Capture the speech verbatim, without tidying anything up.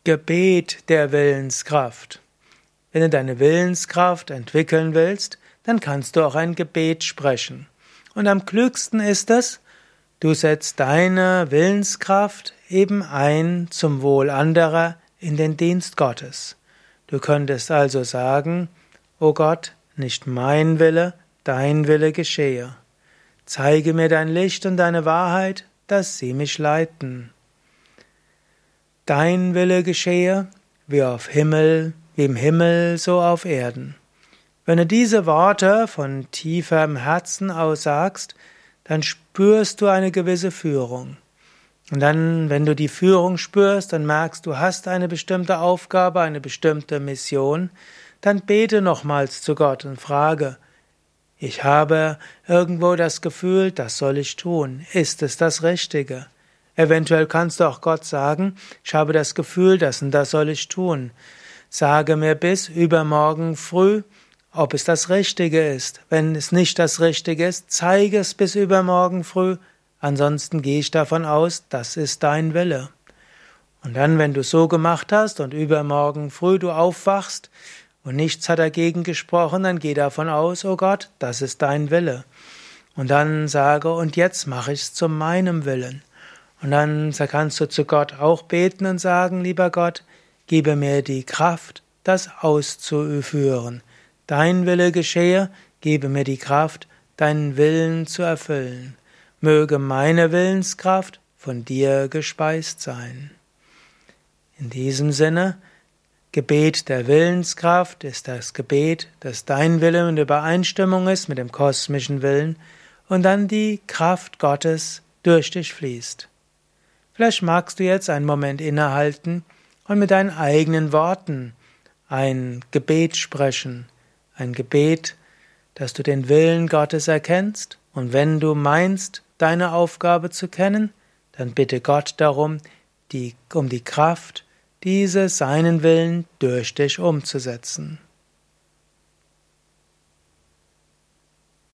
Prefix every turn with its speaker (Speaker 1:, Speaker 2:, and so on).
Speaker 1: Gebet der Willenskraft. Wenn du deine Willenskraft entwickeln willst, dann kannst du auch ein Gebet sprechen. Und am klügsten ist es, du setzt deine Willenskraft eben ein zum Wohl anderer in den Dienst Gottes. Du könntest also sagen: O Gott, nicht mein Wille, dein Wille geschehe. Zeige mir dein Licht und deine Wahrheit, dass sie mich leiten. Dein Wille geschehe, wie auf Himmel, wie im Himmel, so auf Erden. Wenn du diese Worte von tieferem Herzen aussagst, dann spürst du eine gewisse Führung. Und dann, wenn du die Führung spürst und merkst, du hast eine bestimmte Aufgabe, eine bestimmte Mission, dann bete nochmals zu Gott und frage: Ich habe irgendwo das Gefühl, das soll ich tun. Ist es das Richtige? Eventuell kannst du auch Gott sagen: Ich habe das Gefühl, das und das soll ich tun. Sage mir bis übermorgen früh, ob es das Richtige ist. Wenn es nicht das Richtige ist, zeige es bis übermorgen früh. Ansonsten gehe ich davon aus, das ist dein Wille. Und dann, wenn du so gemacht hast und übermorgen früh du aufwachst und nichts hat dagegen gesprochen, dann geh davon aus: Oh Gott, das ist dein Wille. Und dann sage: Und jetzt mache ich es zu meinem Willen. Und dann kannst du zu Gott auch beten und sagen: Lieber Gott, gebe mir die Kraft, das auszuführen. Dein Wille geschehe, gebe mir die Kraft, deinen Willen zu erfüllen. Möge meine Willenskraft von dir gespeist sein. In diesem Sinne, Gebet der Willenskraft ist das Gebet, dass dein Wille in Übereinstimmung ist mit dem kosmischen Willen und dann die Kraft Gottes durch dich fließt. Vielleicht magst du jetzt einen Moment innehalten und mit deinen eigenen Worten ein Gebet sprechen. Ein Gebet, dass du den Willen Gottes erkennst, und wenn du meinst, deine Aufgabe zu kennen, dann bitte Gott darum, die, um die Kraft, diese seinen Willen durch dich umzusetzen.